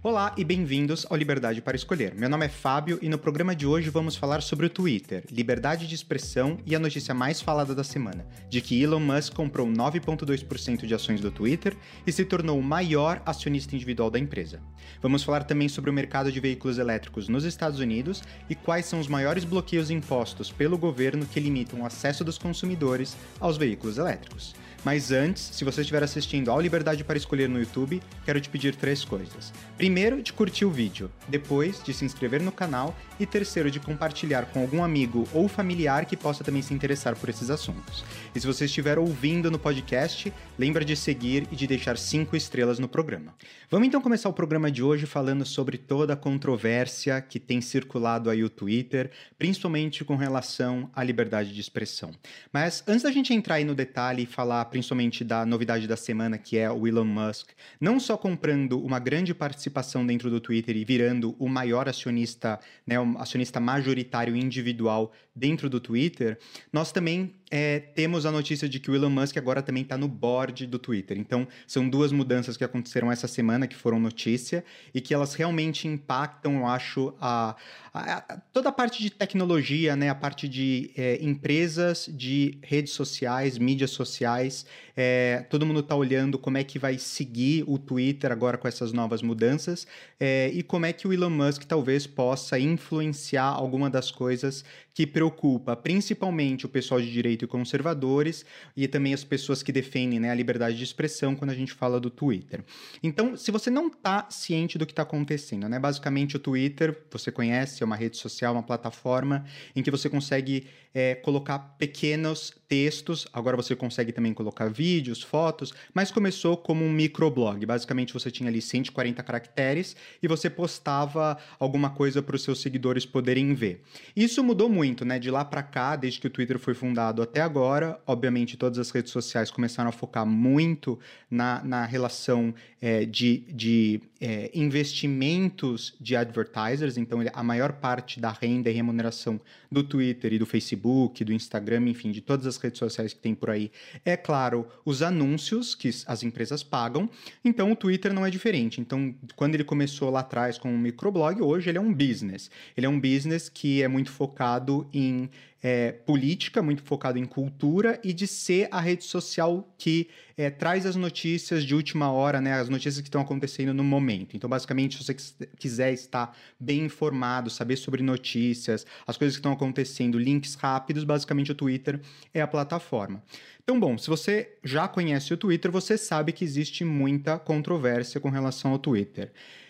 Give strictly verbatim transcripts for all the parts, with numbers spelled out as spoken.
Olá e bem-vindos ao Liberdade para Escolher. Meu nome é Fábio e no programa de hoje vamos falar sobre o Twitter, liberdade de expressão e a notícia mais falada da semana, de que Elon Musk comprou nove vírgula dois por cento de ações do Twitter e se tornou o maior acionista individual da empresa. Vamos falar também sobre o mercado de veículos elétricos nos Estados Unidos e quais são os maiores bloqueios impostos pelo governo que limitam o acesso dos consumidores aos veículos elétricos. Mas antes, se você estiver assistindo ao Liberdade para Escolher no YouTube, quero te pedir três coisas. Primeiro, de curtir o vídeo. Depois, de se inscrever no canal. E terceiro, de compartilhar com algum amigo ou familiar que possa também se interessar por esses assuntos. E se você estiver ouvindo no podcast, lembra de seguir e de deixar cinco estrelas no programa. Vamos então começar o programa de hoje falando sobre toda a controvérsia que tem circulado aí o Twitter, principalmente com relação à liberdade de expressão. Mas antes da gente entrar aí no detalhe e falar principalmente da novidade da semana, que é o Elon Musk, não só comprando uma grande participação dentro do Twitter e virando o maior acionista, né, o acionista majoritário individual dentro do Twitter, nós também é, temos a notícia de que o Elon Musk agora também está no board do Twitter. Então, são duas mudanças que aconteceram essa semana, que foram notícia, e que elas realmente impactam, eu acho, a, a, a toda a parte de tecnologia, né, a parte de é, empresas, de redes sociais, mídias sociais. É, todo mundo está olhando como é que vai seguir o Twitter agora com essas novas mudanças é, e como é que o Elon Musk talvez possa influenciar alguma das coisas que preocupa principalmente o pessoal de direito e conservadores e também as pessoas que defendem, né, a liberdade de expressão quando a gente fala do Twitter. Então, se você não está ciente do que está acontecendo, né, basicamente o Twitter, você conhece, é uma rede social, uma plataforma em que você consegue é, colocar pequenos textos, agora você consegue também colocar vídeos, fotos, mas começou como um microblog. Basicamente você tinha ali cento e quarenta caracteres e você postava alguma coisa para os seus seguidores poderem ver. Isso mudou muito, né? De lá para cá, desde que o Twitter foi fundado até agora, obviamente todas as redes sociais começaram a focar muito na, na relação é, de, de é, investimentos de advertisers, então a maior parte da renda e remuneração do Twitter e do Facebook, do Instagram, enfim, de todas as redes sociais que tem por aí, é claro, os anúncios que as empresas pagam, então o Twitter não é diferente. Então, quando ele começou lá atrás com um microblog, hoje ele é um business. Ele é um business que é muito focado em é, política, muito focado em cultura e de ser a rede social que é, traz as notícias de última hora, né, as notícias que estão acontecendo no momento. Então, basicamente, se você quiser estar bem informado, saber sobre notícias, as coisas que estão acontecendo, links rápidos, basicamente o Twitter é a plataforma. Então, bom, se você já conhece o Twitter, você sabe que existe muita controvérsia com relação ao Twitter.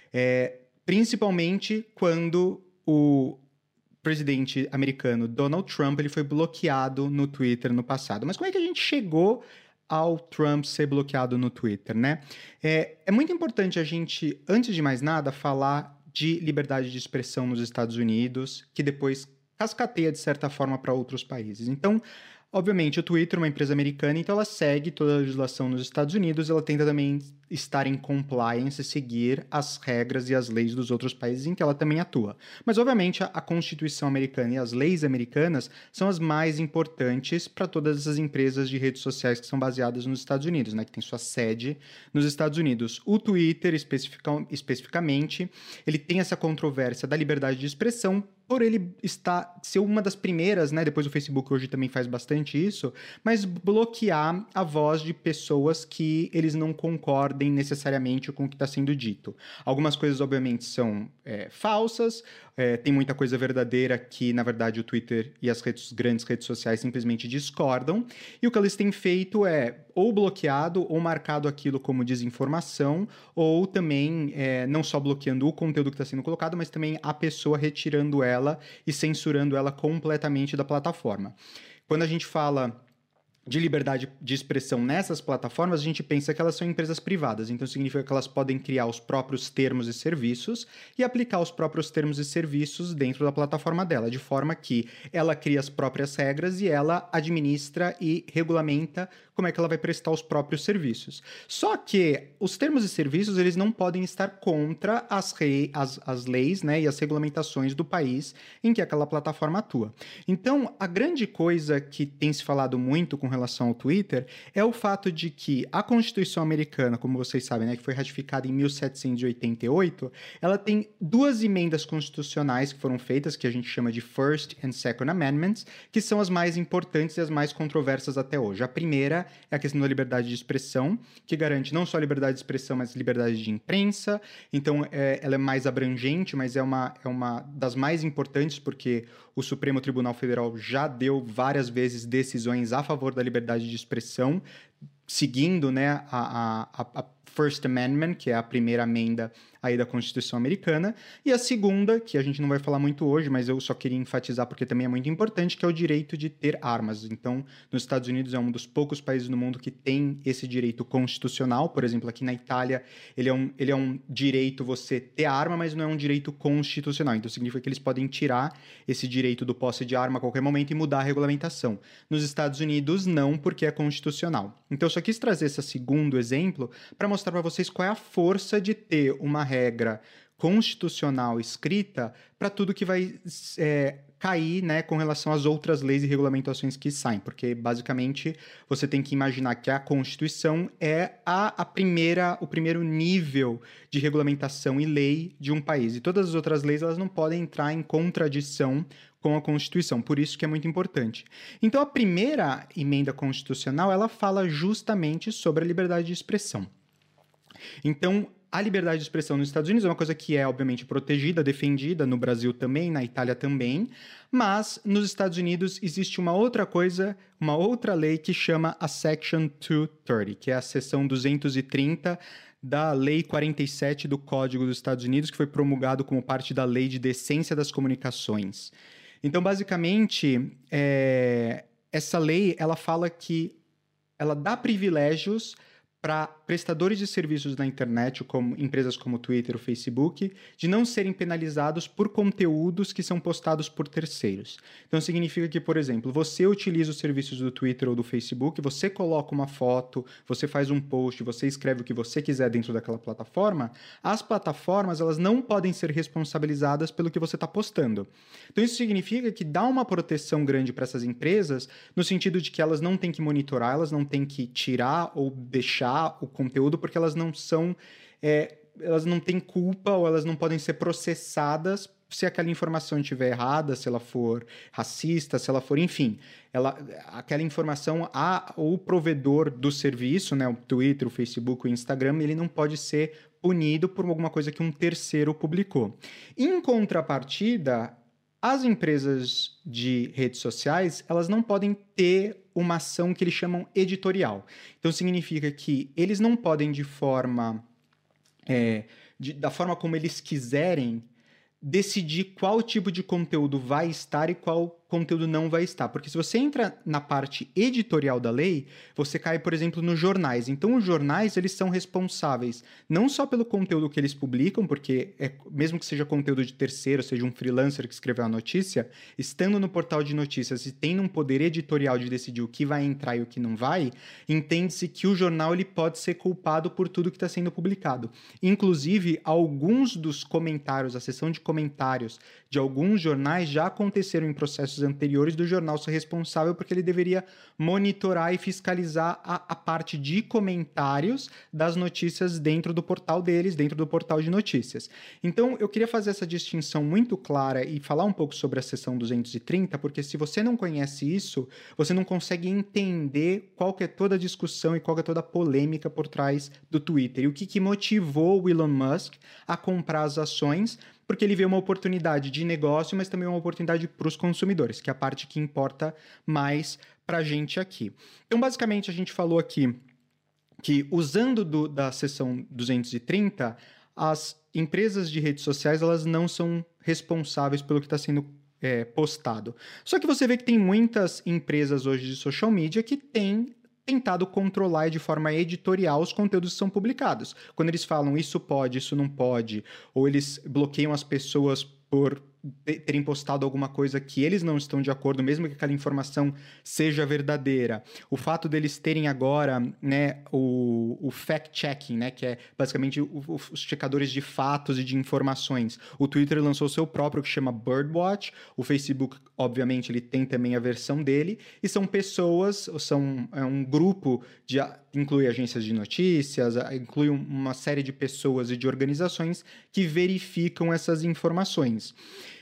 É, principalmente quando o presidente americano Donald Trump ele foi bloqueado no Twitter no passado. Mas como é que a gente chegou ao Trump ser bloqueado no Twitter, né? É, é muito importante a gente, antes de mais nada, falar de liberdade de expressão nos Estados Unidos, que depois cascateia, de certa forma, para outros países. Então, obviamente, o Twitter é uma empresa americana, então ela segue toda a legislação nos Estados Unidos, ela tenta também estar em compliance, seguir as regras e as leis dos outros países em que ela também atua. Mas, obviamente, a, a Constituição americana e as leis americanas são as mais importantes para todas essas empresas de redes sociais que são baseadas nos Estados Unidos, né, que tem sua sede nos Estados Unidos. O Twitter, especifica, especificamente, ele tem essa controvérsia da liberdade de expressão, por ele estar, ser uma das primeiras, né, depois o Facebook hoje também faz bastante isso, mas bloquear a voz de pessoas que eles não concordem necessariamente com o que está sendo dito. Algumas coisas, obviamente, são é, falsas, é, tem muita coisa verdadeira que, na verdade, o Twitter e as redes, grandes redes sociais simplesmente discordam, e o que eles têm feito é ou bloqueado ou marcado aquilo como desinformação, ou também é, não só bloqueando o conteúdo que está sendo colocado, mas também a pessoa retirando ela e censurando ela completamente da plataforma. Quando a gente fala de liberdade de expressão nessas plataformas, a gente pensa que elas são empresas privadas, então significa que elas podem criar os próprios termos e serviços e aplicar os próprios termos e serviços dentro da plataforma dela, de forma que ela cria as próprias regras e ela administra e regulamenta como é que ela vai prestar os próprios serviços. Só que os termos e serviços, eles não podem estar contra as, rei, as, as leis, né, e as regulamentações do país em que aquela plataforma atua. Então, a grande coisa que tem se falado muito com relação ao Twitter é o fato de que a Constituição americana, como vocês sabem, né, que foi ratificada em mil setecentos e oitenta e oito, ela tem duas emendas constitucionais que foram feitas, que a gente chama de First and Second Amendments, que são as mais importantes e as mais controversas até hoje. A primeira é a questão da liberdade de expressão, que garante não só a liberdade de expressão, mas liberdade de imprensa. Então, é, ela é mais abrangente, mas é uma, é uma das mais importantes, porque o Supremo Tribunal Federal já deu várias vezes decisões a favor da liberdade de expressão, seguindo, né, a, a, a First Amendment, que é a primeira emenda aí da Constituição americana, e a segunda, que a gente não vai falar muito hoje, mas eu só queria enfatizar porque também é muito importante, que é o direito de ter armas. Então, nos Estados Unidos é um dos poucos países no mundo que tem esse direito constitucional. Por exemplo, aqui na Itália, ele é um, ele é um direito você ter arma, mas não é um direito constitucional. Então, significa que eles podem tirar esse direito do posse de arma a qualquer momento e mudar a regulamentação. Nos Estados Unidos, não, porque é constitucional. Então, eu só quis trazer esse segundo exemplo para mostrar para vocês qual é a força de ter uma regra constitucional escrita para tudo que vai é, cair, né, com relação às outras leis e regulamentações que saem, porque basicamente você tem que imaginar que a Constituição é a, a primeira, o primeiro nível de regulamentação e lei de um país, e todas as outras leis elas não podem entrar em contradição com a Constituição, por isso que é muito importante. Então, a primeira emenda constitucional, ela fala justamente sobre a liberdade de expressão. Então, a liberdade de expressão nos Estados Unidos é uma coisa que é, obviamente, protegida, defendida, no Brasil também, na Itália também, mas nos Estados Unidos existe uma outra coisa, uma outra lei que chama a Section duzentos e trinta, que é a seção duzentos e trinta da Lei quarenta e sete do Código dos Estados Unidos, que foi promulgado como parte da Lei de Decência das Comunicações. Então, basicamente, é, essa lei, ela fala que ela dá privilégios para prestadores de serviços na internet, como empresas como o Twitter ou Facebook, de não serem penalizados por conteúdos que são postados por terceiros. Então, significa que, por exemplo, você utiliza os serviços do Twitter ou do Facebook, você coloca uma foto, você faz um post, você escreve o que você quiser dentro daquela plataforma, as plataformas elas não podem ser responsabilizadas pelo que você está postando. Então, isso significa que dá uma proteção grande para essas empresas, no sentido de que elas não têm que monitorar, elas não têm que tirar ou deixar o conteúdo, porque elas não são, é, elas não têm culpa ou elas não podem ser processadas se aquela informação estiver errada, se ela for racista, se ela for, enfim, ela, aquela informação, a, o provedor do serviço, né, o Twitter, o Facebook, o Instagram, ele não pode ser punido por alguma coisa que um terceiro publicou. Em contrapartida, as empresas de redes sociais, elas não podem ter uma ação que eles chamam editorial. Então, significa que eles não podem, de forma... É, de, da forma como eles quiserem, decidir qual tipo de conteúdo vai estar e qual conteúdo não vai estar. Porque se você entra na parte editorial da lei, você cai, por exemplo, nos jornais. Então, os jornais, eles são responsáveis não só pelo conteúdo que eles publicam, porque é, mesmo que seja conteúdo de terceiro, seja um freelancer que escreveu a notícia, estando no portal de notícias e tendo um poder editorial de decidir o que vai entrar e o que não vai, entende-se que o jornal ele pode ser culpado por tudo que está sendo publicado. Inclusive, alguns dos comentários, a seção de comentários de alguns jornais já aconteceram em processos anteriores do jornal ser responsável porque ele deveria monitorar e fiscalizar a, a parte de comentários das notícias dentro do portal deles, dentro do portal de notícias. Então, eu queria fazer essa distinção muito clara e falar um pouco sobre a seção duzentos e trinta, porque se você não conhece isso, você não consegue entender qual que é toda a discussão e qual que é toda a polêmica por trás do Twitter e o que, que motivou o Elon Musk a comprar as ações, porque ele vê uma oportunidade de negócio, mas também uma oportunidade para os consumidores, que é a parte que importa mais para a gente aqui. Então, basicamente, a gente falou aqui que, usando do, da seção duzentos e trinta, as empresas de redes sociais elas não são responsáveis pelo que está sendo é, postado. Só que você vê que tem muitas empresas hoje de social media que têm tentado controlar de forma editorial os conteúdos que são publicados. Quando eles falam isso pode, isso não pode, ou eles bloqueiam as pessoas por terem postado alguma coisa que eles não estão de acordo, mesmo que aquela informação seja verdadeira. O fato deles terem agora, né, o, o fact-checking, né, que é basicamente o, o, os checadores de fatos e de informações. O Twitter lançou o seu próprio, que chama Birdwatch. O Facebook, obviamente, ele tem também a versão dele. E são pessoas, são é um grupo, de, inclui agências de notícias, inclui uma série de pessoas e de organizações que verificam essas informações.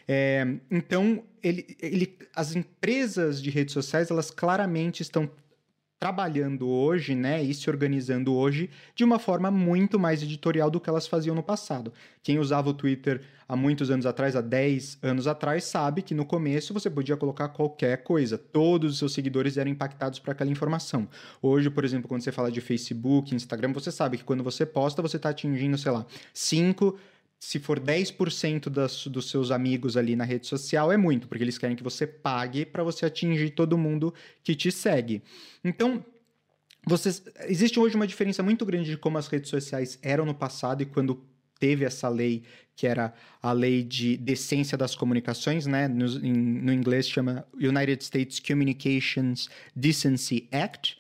É, então, ele, ele, as empresas de redes sociais, elas claramente estão trabalhando hoje, né, e se organizando hoje de uma forma muito mais editorial do que elas faziam no passado. Quem usava o Twitter há muitos anos atrás, há dez anos atrás, sabe que no começo você podia colocar qualquer coisa. Todos os seus seguidores eram impactados por aquela informação. Hoje, por exemplo, quando você fala de Facebook, Instagram, você sabe que quando você posta, você está atingindo, sei lá, cinco... Se for dez por cento das, dos seus amigos ali na rede social, é muito, porque eles querem que você pague para você atingir todo mundo que te segue. Então, vocês, existe hoje uma diferença muito grande de como as redes sociais eram no passado e quando teve essa lei, que era a lei de decência das comunicações, né? No, em, no inglês chama United States Communications Decency Act.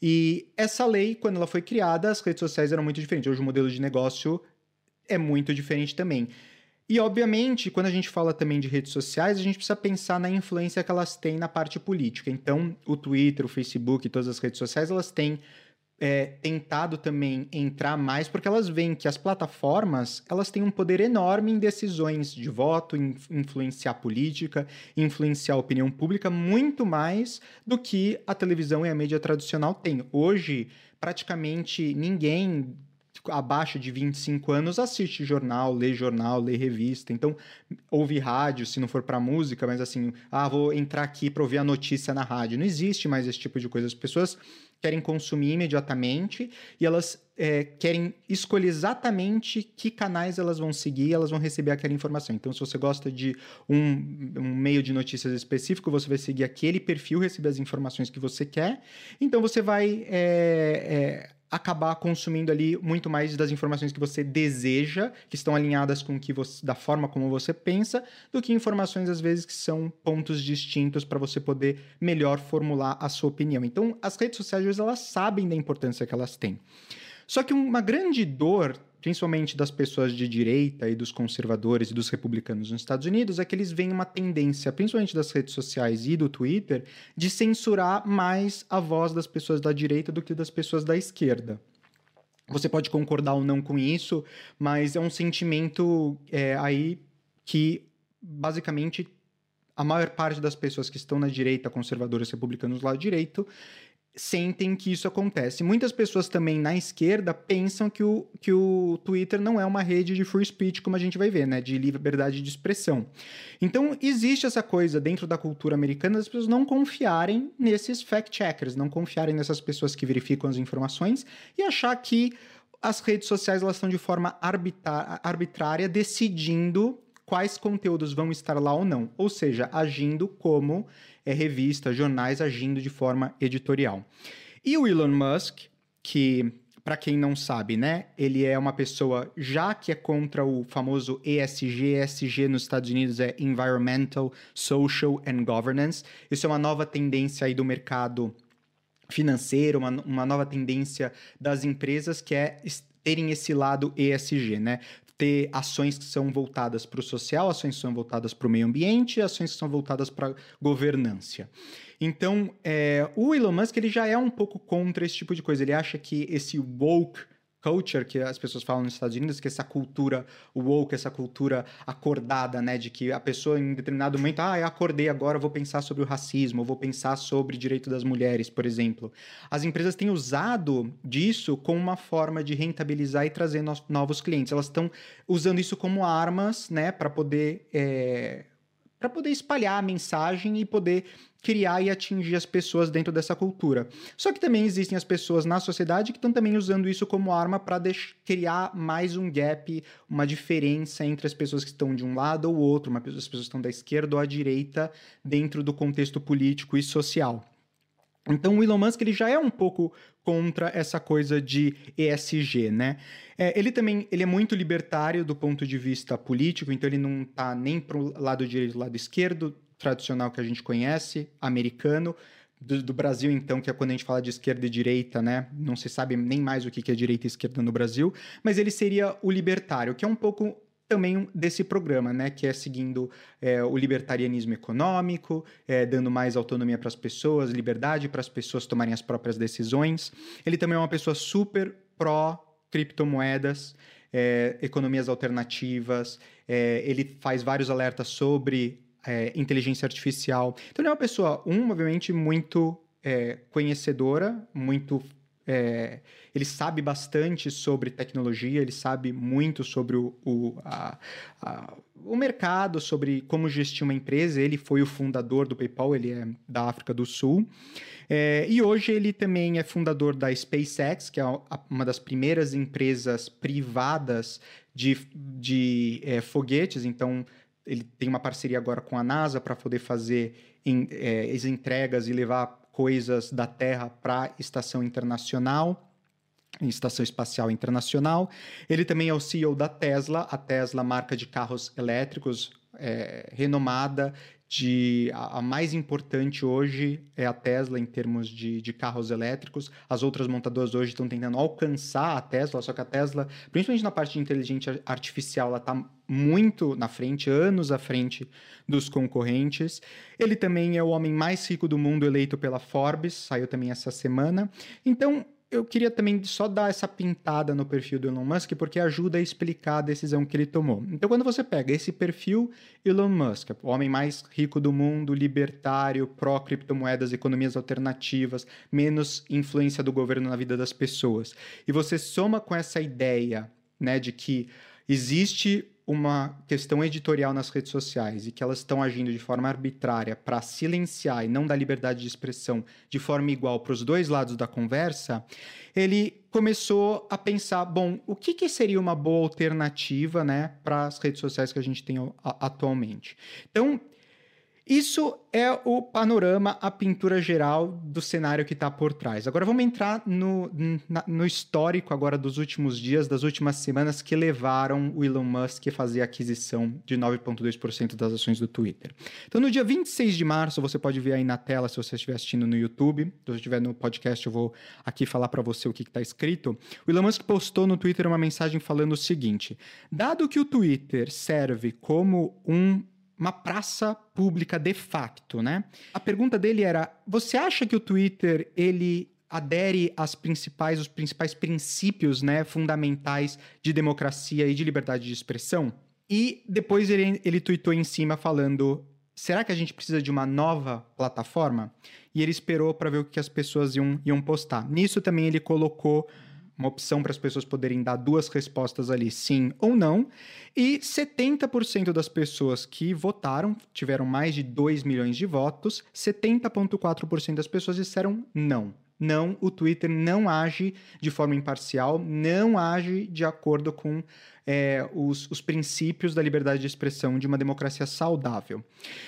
E essa lei, quando ela foi criada, as redes sociais eram muito diferentes. Hoje o modelo de negócio é muito diferente também. E, obviamente, quando a gente fala também de redes sociais, a gente precisa pensar na influência que elas têm na parte política. Então, o Twitter, o Facebook e todas as redes sociais, elas têm é, tentado também entrar mais, porque elas veem que as plataformas, elas têm um poder enorme em decisões de voto, em influenciar a política, influenciar a opinião pública, muito mais do que a televisão e a mídia tradicional têm. Hoje, praticamente ninguém abaixo de vinte e cinco anos assiste jornal, lê jornal, lê revista, então ouve rádio, se não for para música, mas assim, ah, vou entrar aqui para ouvir a notícia na rádio. Não existe mais esse tipo de coisa. As pessoas querem consumir imediatamente e elas é, querem escolher exatamente que canais elas vão seguir, elas vão receber aquela informação. Então, se você gosta de um, um meio de notícias específico, você vai seguir aquele perfil, receber as informações que você quer. Então, você vai é, é, acabar consumindo ali muito mais das informações que você deseja, que estão alinhadas com que você, da forma como você pensa, do que informações, às vezes, que são pontos distintos para você poder melhor formular a sua opinião. Então, as redes sociais, às vezes, elas sabem da importância que elas têm. Só que uma grande dor, principalmente das pessoas de direita e dos conservadores e dos republicanos nos Estados Unidos, é que eles veem uma tendência, principalmente das redes sociais e do Twitter, de censurar mais a voz das pessoas da direita do que das pessoas da esquerda. Você pode concordar ou não com isso, mas é um sentimento é, aí que, basicamente, a maior parte das pessoas que estão na direita, conservadores, republicanos lá direito, sentem que isso acontece. Muitas pessoas também na esquerda pensam que o, que o Twitter não é uma rede de free speech, como a gente vai ver, né? De liberdade de expressão. Então, existe essa coisa dentro da cultura americana das pessoas não confiarem nesses fact-checkers, não confiarem nessas pessoas que verificam as informações e achar que as redes sociais elas estão de forma arbitra- arbitrária decidindo quais conteúdos vão estar lá ou não, ou seja, agindo como é, revistas, jornais, agindo de forma editorial. E o Elon Musk, que, para quem não sabe, né, ele é uma pessoa já que é contra o famoso E S G, E S G nos Estados Unidos é Environmental, Social and Governance. Isso é uma nova tendência aí do mercado financeiro, uma, uma nova tendência das empresas que é terem esse lado E S G, né? Ter ações que são voltadas para o social, ações que são voltadas para o meio ambiente, ações que são voltadas para a governança. Então, é, o Elon Musk ele já é um pouco contra esse tipo de coisa. Ele acha que esse woke culture, que as pessoas falam nos Estados Unidos, que essa cultura woke, essa cultura acordada, né, de que a pessoa em determinado momento, ah, eu acordei agora, vou pensar sobre o racismo, vou pensar sobre o direito das mulheres, por exemplo. As empresas têm usado disso como uma forma de rentabilizar e trazer no- novos clientes. Elas estão usando isso como armas, né, para poder, é, para poder espalhar a mensagem e poder criar e atingir as pessoas dentro dessa cultura. Só que também existem as pessoas na sociedade que estão também usando isso como arma para criar mais um gap, uma diferença entre as pessoas que estão de um lado ou outro, uma, as pessoas que estão da esquerda ou à direita dentro do contexto político e social. Então, o Elon Musk ele já é um pouco contra essa coisa de E S G, né? É, ele também ele é muito libertário do ponto de vista político, então ele não está nem para o lado direito, lado esquerdo, tradicional que a gente conhece, americano. Do, do Brasil, então, que é quando a gente fala de esquerda e direita, né? Não se sabe nem mais o que é direita e esquerda no Brasil, mas ele seria o libertário, que é um pouco também desse programa, né, que é seguindo é, o libertarianismo econômico, é, dando mais autonomia para as pessoas, liberdade para as pessoas tomarem as próprias decisões. Ele também é uma pessoa super pró-criptomoedas, é, economias alternativas, é, ele faz vários alertas sobre é, inteligência artificial. Então ele é uma pessoa, um, obviamente, muito é, conhecedora, muito... É, ele sabe bastante sobre tecnologia, ele sabe muito sobre o, o, a, a, o mercado, sobre como gestir uma empresa. Ele foi o fundador do PayPal, ele é da África do Sul. É, e hoje ele também é fundador da SpaceX, que é uma das primeiras empresas privadas de, de é, foguetes. Então, ele tem uma parceria agora com a NASA para poder fazer em, é, as entregas e levar coisas da Terra para a Estação Internacional, Estação Espacial Internacional. Ele também é o C E O da Tesla, a Tesla, marca de carros elétricos é, renomada, de, a, a mais importante hoje é a Tesla em termos de, de carros elétricos. As outras montadoras hoje estão tentando alcançar a Tesla, só que a Tesla, principalmente na parte de inteligência artificial, ela está muito na frente, anos à frente dos concorrentes. Ele também é o homem mais rico do mundo, eleito pela Forbes, saiu também essa semana. Então, eu queria também só dar essa pintada no perfil do Elon Musk, porque ajuda a explicar a decisão que ele tomou. Então, quando você pega esse perfil Elon Musk, o homem mais rico do mundo, libertário, pró-criptomoedas, economias alternativas, menos influência do governo na vida das pessoas, e você soma com essa ideia, né, de que existe uma questão editorial nas redes sociais e que elas estão agindo de forma arbitrária para silenciar e não dar liberdade de expressão de forma igual para os dois lados da conversa, ele começou a pensar, bom, o que, que seria uma boa alternativa, né, para as redes sociais que a gente tem atualmente? Então, isso é o panorama, a pintura geral do cenário que está por trás. Agora vamos entrar no, no histórico agora dos últimos dias, das últimas semanas que levaram o Elon Musk a fazer a aquisição de nove vírgula dois por cento das ações do Twitter. Então no dia vinte e seis de março, você pode ver aí na tela se você estiver assistindo no YouTube, se você estiver no podcast eu vou aqui falar para você o que está escrito. O Elon Musk postou no Twitter uma mensagem falando o seguinte: dado que o Twitter serve como um uma praça pública de facto, né? A pergunta dele era: você acha que o Twitter ele adere às principais, os principais princípios, né, fundamentais de democracia e de liberdade de expressão? E depois ele, ele tweetou em cima falando: será que a gente precisa de uma nova plataforma? E ele esperou para ver o que as pessoas iam, iam postar. Nisso também ele colocou uma opção para as pessoas poderem dar duas respostas ali, sim ou não, e setenta por cento das pessoas que votaram, tiveram mais de dois milhões de votos, setenta vírgula quatro por cento das pessoas disseram não. Não, o Twitter não age de forma imparcial, não age de acordo com é, os, os princípios da liberdade de expressão de uma democracia saudável.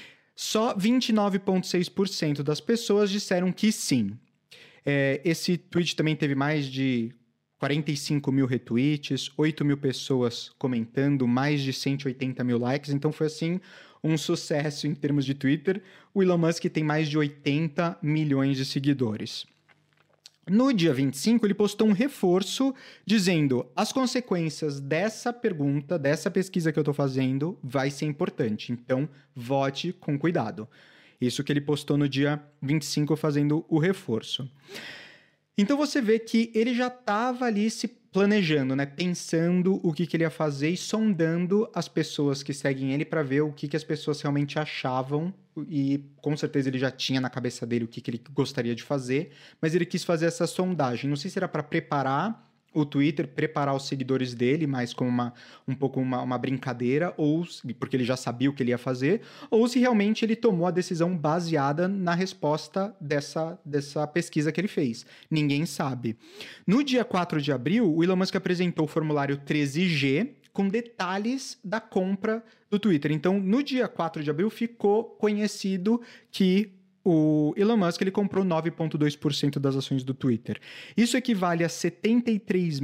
Só vinte e nove vírgula seis por cento das pessoas disseram que sim. É, esse tweet também teve mais de quarenta e cinco mil retweets, oito mil pessoas comentando, mais de cento e oitenta mil likes, então foi assim um sucesso em termos de Twitter. O Elon Musk tem mais de oitenta milhões de seguidores. No dia vinte e cinco, ele postou um reforço dizendo: as consequências dessa pergunta, dessa pesquisa que eu estou fazendo, vai ser importante, então vote com cuidado. Isso que ele postou no dia vinte e cinco, fazendo o reforço. Então você vê que ele já estava ali se planejando, né? Pensando o que, que ele ia fazer e sondando as pessoas que seguem ele para ver o que, que as pessoas realmente achavam, e com certeza ele já tinha na cabeça dele o que, que ele gostaria de fazer, mas ele quis fazer essa sondagem. Não sei se era para preparar o Twitter, preparar os seguidores dele, mais como uma, um pouco uma, uma brincadeira, ou porque ele já sabia o que ele ia fazer, ou se realmente ele tomou a decisão baseada na resposta dessa, dessa pesquisa que ele fez. Ninguém sabe. No dia quatro de abril, o Elon Musk apresentou o formulário treze G com detalhes da compra do Twitter. Então, no dia quatro de abril, ficou conhecido que o Elon Musk ele comprou nove vírgula dois por cento das ações do Twitter. Isso equivale a setenta e três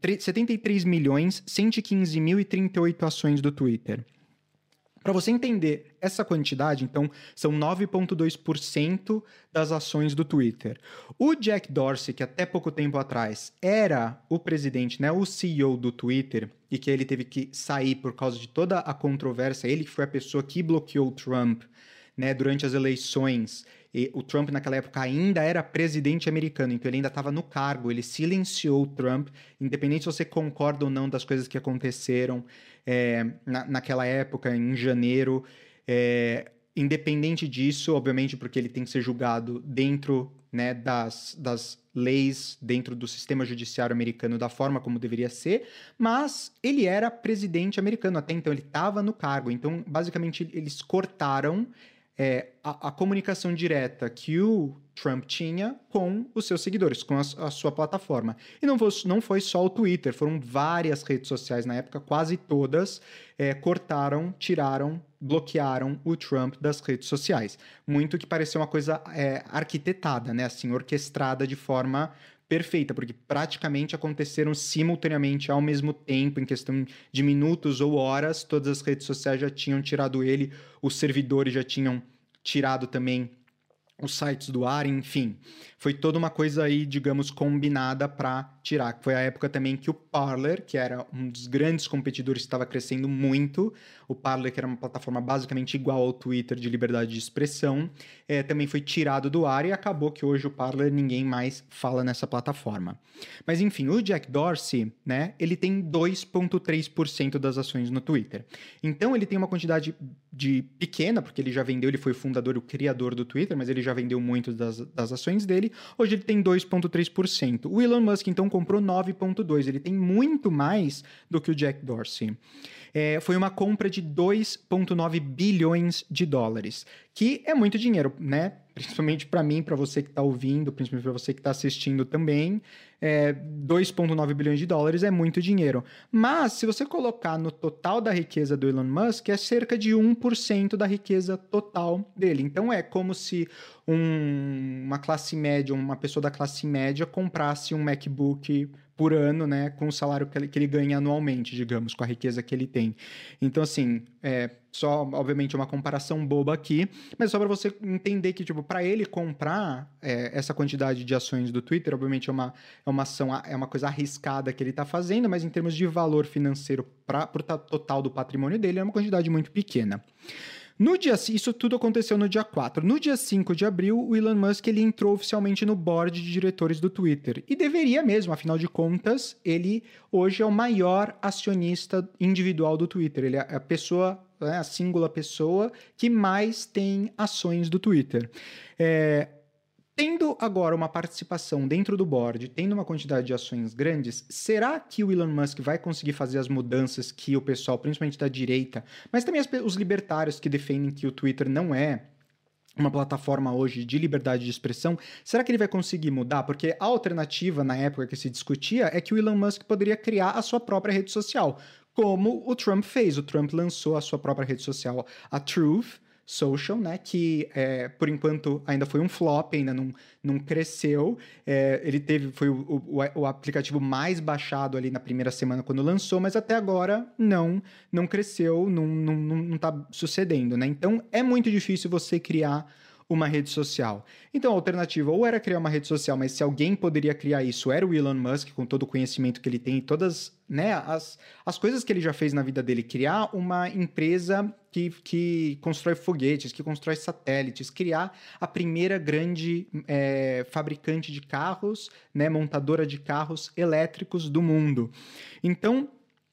milhões, cento e quinze mil e trinta e oito ações do Twitter. Para você entender essa quantidade, então, são nove vírgula dois por cento das ações do Twitter. O Jack Dorsey, que até pouco tempo atrás era o presidente, né, o C E O do Twitter, e que ele teve que sair por causa de toda a controvérsia, ele que foi a pessoa que bloqueou o Trump, né, durante as eleições. E o Trump naquela época ainda era presidente americano, então ele ainda estava no cargo, ele silenciou o Trump, independente se você concorda ou não das coisas que aconteceram é, na, naquela época, em janeiro. É, independente disso, obviamente, porque ele tem que ser julgado dentro, né, das, das leis, dentro do sistema judiciário americano, da forma como deveria ser, mas ele era presidente americano até então, ele estava no cargo, então basicamente eles cortaram É, a, a comunicação direta que o Trump tinha com os seus seguidores, com a, a sua plataforma. E não foi, não foi só o Twitter, foram várias redes sociais na época, quase todas é, cortaram, tiraram, bloquearam o Trump das redes sociais. Muito que parecia uma coisa é, arquitetada, né? Assim, orquestrada de forma perfeita, porque praticamente aconteceram simultaneamente ao mesmo tempo, em questão de minutos ou horas, todas as redes sociais já tinham tirado ele, os servidores já tinham tirado também os sites do ar, enfim. Foi toda uma coisa aí, digamos, combinada para tirar. Foi a época também que o Parler, que era um dos grandes competidores que estava crescendo muito, o Parler, que era uma plataforma basicamente igual ao Twitter de liberdade de expressão, é, também foi tirado do ar e acabou que hoje o Parler ninguém mais fala nessa plataforma. Mas enfim, o Jack Dorsey, né, ele tem dois vírgula três por cento das ações no Twitter. Então ele tem uma quantidade de pequena, porque ele já vendeu, ele foi o fundador, o criador do Twitter, mas ele já vendeu muito das, das ações dele. Hoje ele tem dois vírgula três por cento. O Elon Musk, então, comprou nove vírgula dois por cento. Ele tem muito mais do que o Jack Dorsey. É, foi uma compra de dois vírgula nove bilhões de dólares, que é muito dinheiro, né? Principalmente para mim, para você que está ouvindo, principalmente para você que está assistindo também, é, dois vírgula nove bilhões de dólares é muito dinheiro. Mas, se você colocar no total da riqueza do Elon Musk, é cerca de um por cento da riqueza total dele. Então, é como se um, uma classe média, uma pessoa da classe média comprasse um MacBook por ano, né, com o salário que ele, que ele ganha anualmente, digamos, com a riqueza que ele tem. Então, assim, é só, obviamente, uma comparação boba aqui, mas só para você entender que, tipo, para ele comprar é, essa quantidade de ações do Twitter, obviamente é uma, é uma ação, é uma coisa arriscada que ele está fazendo, mas em termos de valor financeiro para o total do patrimônio dele, é uma quantidade muito pequena. No dia, isso tudo aconteceu no dia quatro. No dia cinco de abril, o Elon Musk ele entrou oficialmente no board de diretores do Twitter. E deveria mesmo, afinal de contas, ele hoje é o maior acionista individual do Twitter. Ele é a pessoa, né, a singular pessoa que mais tem ações do Twitter. É... Tendo agora uma participação dentro do board, tendo uma quantidade de ações grandes, será que o Elon Musk vai conseguir fazer as mudanças que o pessoal, principalmente da direita, mas também as, os libertários que defendem que o Twitter não é uma plataforma hoje de liberdade de expressão, será que ele vai conseguir mudar? Porque a alternativa na época que se discutia é que o Elon Musk poderia criar a sua própria rede social, como o Trump fez. O Trump lançou a sua própria rede social, a Truth Social, né, que é, por enquanto ainda foi um flop, ainda não, não cresceu. É, ele teve, foi o, o, o aplicativo mais baixado ali na primeira semana quando lançou, mas até agora não, não cresceu, não, não, não tá sucedendo, né? Então é muito difícil você criar uma rede social. Então a alternativa ou era criar uma rede social, mas se alguém poderia criar isso era o Elon Musk, com todo o conhecimento que ele tem e todas, né, as, as coisas que ele já fez na vida dele, criar uma empresa que, que constrói foguetes, que constrói satélites, criar a primeira grande é, fabricante de carros, né, montadora de carros elétricos do mundo. Então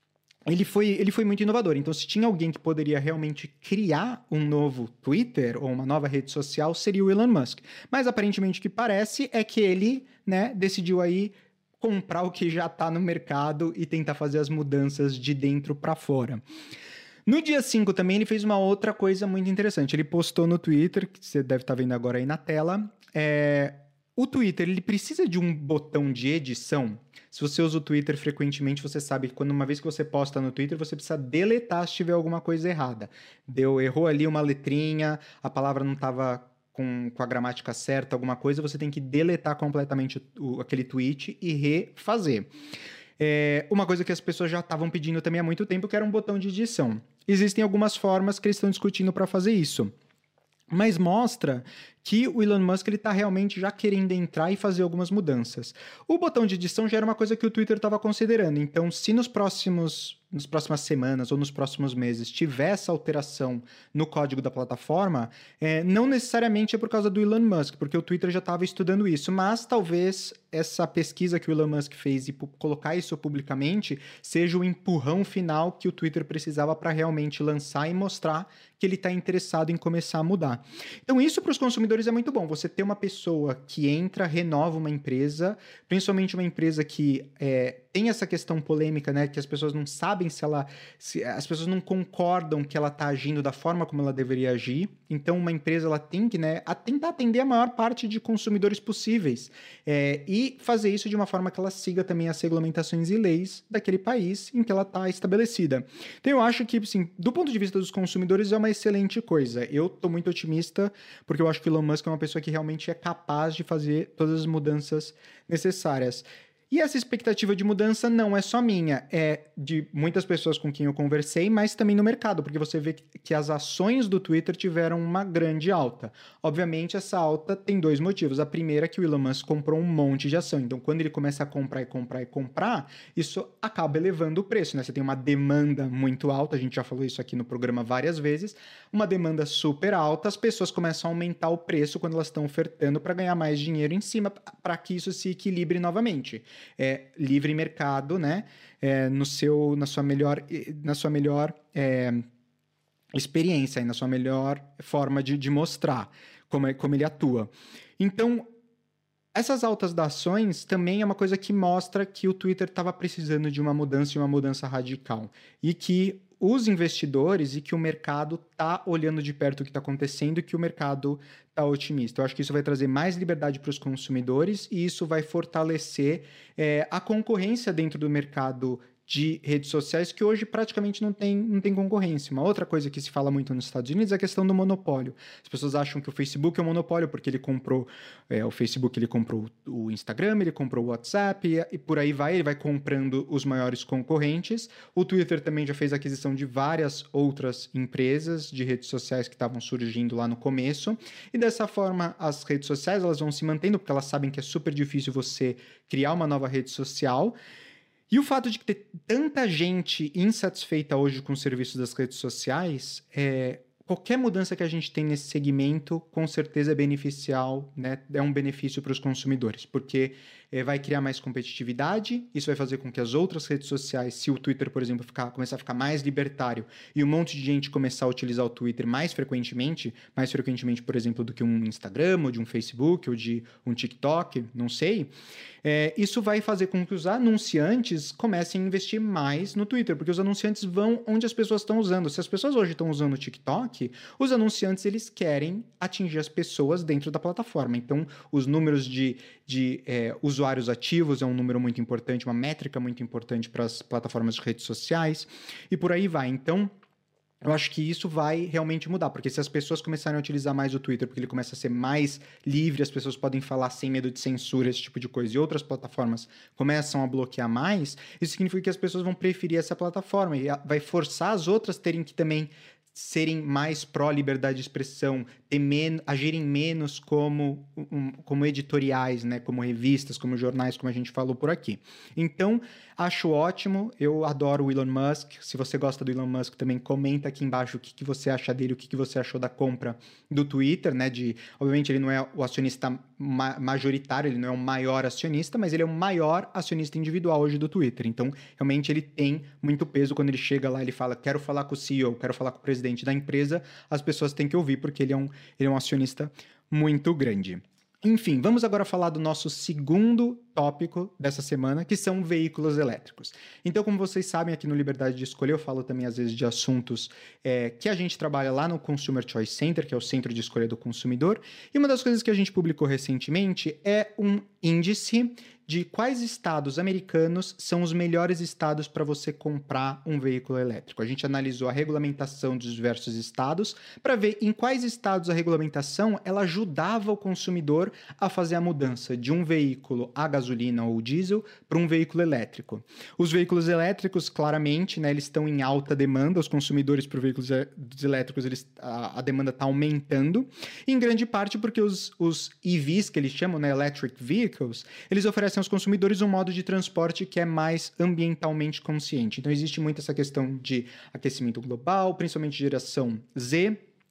Ele foi, ele foi muito inovador. Então, se tinha alguém que poderia realmente criar um novo Twitter ou uma nova rede social, seria o Elon Musk. Mas, aparentemente, o que parece é que ele, né, decidiu aí comprar o que já está no mercado e tentar fazer as mudanças de dentro para fora. No dia cinco também, ele fez uma outra coisa muito interessante. Ele postou no Twitter, que você deve estar vendo agora aí na tela, é... o Twitter, ele precisa de um botão de edição. Se você usa o Twitter frequentemente, você sabe que quando uma vez que você posta no Twitter, você precisa deletar se tiver alguma coisa errada. Deu, errou ali uma letrinha, a palavra não estava com, com a gramática certa, alguma coisa, você tem que deletar completamente o, aquele tweet e refazer. É, uma coisa que as pessoas já estavam pedindo também há muito tempo, que era um botão de edição. Existem algumas formas que eles estão discutindo para fazer isso. Mas mostra que o Elon Musk está realmente já querendo entrar e fazer algumas mudanças. O botão de edição já era uma coisa que o Twitter estava considerando. Então, se nos próximos, nas próximas semanas ou nos próximos meses tiver essa alteração no código da plataforma, é, não necessariamente é por causa do Elon Musk, porque o Twitter já estava estudando isso, mas talvez essa pesquisa que o Elon Musk fez e colocar isso publicamente seja o empurrão final que o Twitter precisava para realmente lançar e mostrar que ele está interessado em começar a mudar. Então, isso para os consumidores é muito bom. Você ter uma pessoa que entra, renova uma empresa, principalmente uma empresa que é, tem essa questão polêmica, né, que as pessoas não sabem se ela... Se, as pessoas não concordam que ela está agindo da forma como ela deveria agir. Então, uma empresa ela tem que, né, a tentar atender a maior parte de consumidores possíveis. É, e fazer isso de uma forma que ela siga também as regulamentações e leis daquele país em que ela está estabelecida. Então, eu acho que, assim, do ponto de vista dos consumidores, é uma excelente coisa. Eu estou muito otimista, porque eu acho que o Elon Musk é uma pessoa que realmente é capaz de fazer todas as mudanças necessárias. E essa expectativa de mudança não é só minha, é de muitas pessoas com quem eu conversei, mas também no mercado, porque você vê que as ações do Twitter tiveram uma grande alta. Obviamente, essa alta tem dois motivos. A primeira é que o Elon Musk comprou um monte de ação. Então, quando ele começa a comprar e comprar e comprar, isso acaba elevando o preço, né? Você tem uma demanda muito alta, a gente já falou isso aqui no programa várias vezes, uma demanda super alta, as pessoas começam a aumentar o preço quando elas estão ofertando para ganhar mais dinheiro em cima, para que isso se equilibre novamente. É, livre mercado, né? É, no seu, na sua melhor, na sua melhor é, experiência, na sua melhor forma de, de mostrar como, é, como ele atua. Então, essas altas das ações também é uma coisa que mostra que o Twitter estava precisando de uma mudança e uma mudança radical. E que os investidores e que o mercado está olhando de perto o que está acontecendo e que o mercado está otimista. Eu acho que isso vai trazer mais liberdade para os consumidores e isso vai fortalecer é, a concorrência dentro do mercado de redes sociais, que hoje praticamente não tem, não tem concorrência. Uma outra coisa que se fala muito nos Estados Unidos é a questão do monopólio. As pessoas acham que o Facebook é um monopólio porque ele comprou é, o Facebook, ele comprou o Instagram, ele comprou o WhatsApp e, e por aí vai, ele vai comprando os maiores concorrentes. O Twitter também já fez aquisição de várias outras empresas de redes sociais que estavam surgindo lá no começo. E dessa forma, as redes sociais elas vão se mantendo porque elas sabem que é super difícil você criar uma nova rede social. E o fato de ter tanta gente insatisfeita hoje com os serviços das redes sociais, é, qualquer mudança que a gente tem nesse segmento, com certeza é beneficial, né? É um benefício para os consumidores, porque é, vai criar mais competitividade, isso vai fazer com que as outras redes sociais, se o Twitter, por exemplo, ficar, começar a ficar mais libertário e um monte de gente começar a utilizar o Twitter mais frequentemente, mais frequentemente, por exemplo, do que um Instagram, ou de um Facebook, ou de um TikTok, não sei, é, isso vai fazer com que os anunciantes comecem a investir mais no Twitter, porque os anunciantes vão onde as pessoas estão usando. Se as pessoas hoje estão usando o TikTok, os anunciantes eles querem atingir as pessoas dentro da plataforma. Então, os números de, de é, usuários ativos é um número muito importante, uma métrica muito importante para as plataformas de redes sociais e por aí vai. Então, eu acho que isso vai realmente mudar, porque se as pessoas começarem a utilizar mais o Twitter, porque ele começa a ser mais livre, as pessoas podem falar sem medo de censura, esse tipo de coisa, e outras plataformas começam a bloquear mais, isso significa que as pessoas vão preferir essa plataforma e vai forçar as outras terem que também serem mais pró-liberdade de expressão, ter men- agirem menos como, um, como editoriais, né? Como revistas, como jornais, como a gente falou por aqui. Então, acho ótimo, eu adoro o Elon Musk. Se você gosta do Elon Musk, também comenta aqui embaixo o que, que você acha dele, o que, que você achou da compra do Twitter, né? De, obviamente, ele não é o acionista ma- majoritário, ele não é o maior acionista, mas ele é o maior acionista individual hoje do Twitter. Então, realmente, ele tem muito peso quando ele chega lá, ele fala, quero falar com o C E O, quero falar com o presidente da empresa, as pessoas têm que ouvir porque ele é um, ele é um acionista muito grande. Enfim, vamos agora falar do nosso segundo tópico dessa semana, que são veículos elétricos. Então, como vocês sabem, aqui no Liberdade de Escolher, eu falo também, às vezes, de assuntos é, que a gente trabalha lá no Consumer Choice Center, que é o Centro de Escolha do Consumidor, e uma das coisas que a gente publicou recentemente é um índice de quais estados americanos são os melhores estados para você comprar um veículo elétrico. A gente analisou a regulamentação dos diversos estados para ver em quais estados a regulamentação ela ajudava o consumidor a fazer a mudança de um veículo a gasolina ou diesel para um veículo elétrico. Os veículos elétricos, claramente, né, eles estão em alta demanda, os consumidores por veículos elétricos, eles, a, a demanda está aumentando, em grande parte porque os, os E Vs, que eles chamam, né, Electric Vehicles, eles oferecem aos consumidores um modo de transporte que é mais ambientalmente consciente. Então, existe muito essa questão de aquecimento global, principalmente geração Z,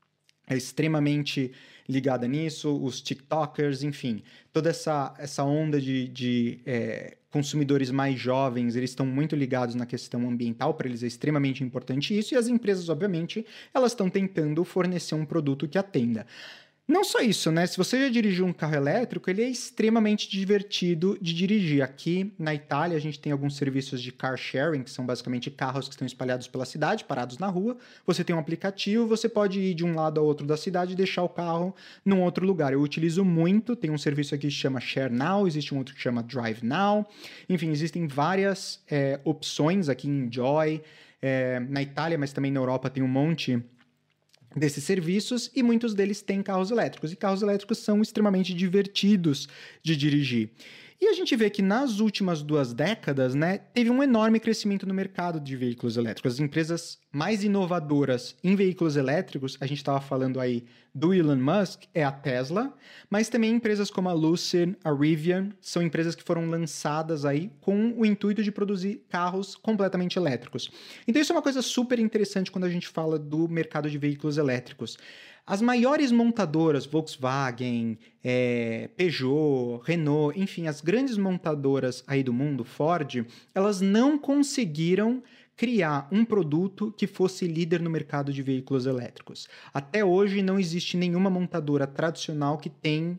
é extremamente ligada nisso, os TikTokers, enfim, toda essa, essa onda de, de é, consumidores mais jovens, eles estão muito ligados na questão ambiental, para eles é extremamente importante isso, e as empresas, obviamente, elas estão tentando fornecer um produto que atenda. Não só isso, né? Se você já dirigiu um carro elétrico, ele é extremamente divertido de dirigir. Aqui na Itália, a gente tem alguns serviços de car sharing, que são basicamente carros que estão espalhados pela cidade, parados na rua. Você tem um aplicativo, você pode ir de um lado ao outro da cidade e deixar o carro num outro lugar. Eu utilizo muito, tem um serviço aqui que chama Share Now, existe um outro que chama Drive Now. Enfim, existem várias é, opções aqui em Enjoy, é, na Itália, mas também na Europa tem um monte desses serviços, e muitos deles têm carros elétricos, e carros elétricos são extremamente divertidos de dirigir. E a gente vê que nas últimas duas décadas, né, teve um enorme crescimento no mercado de veículos elétricos. As empresas mais inovadoras em veículos elétricos, a gente estava falando aí do Elon Musk, é a Tesla, mas também empresas como a Lucid, a Rivian, são empresas que foram lançadas aí com o intuito de produzir carros completamente elétricos. Então isso é uma coisa super interessante quando a gente fala do mercado de veículos elétricos. As maiores montadoras, Volkswagen, é, Peugeot, Renault, enfim, as grandes montadoras aí do mundo, Ford, elas não conseguiram criar um produto que fosse líder no mercado de veículos elétricos. Até hoje não existe nenhuma montadora tradicional que tem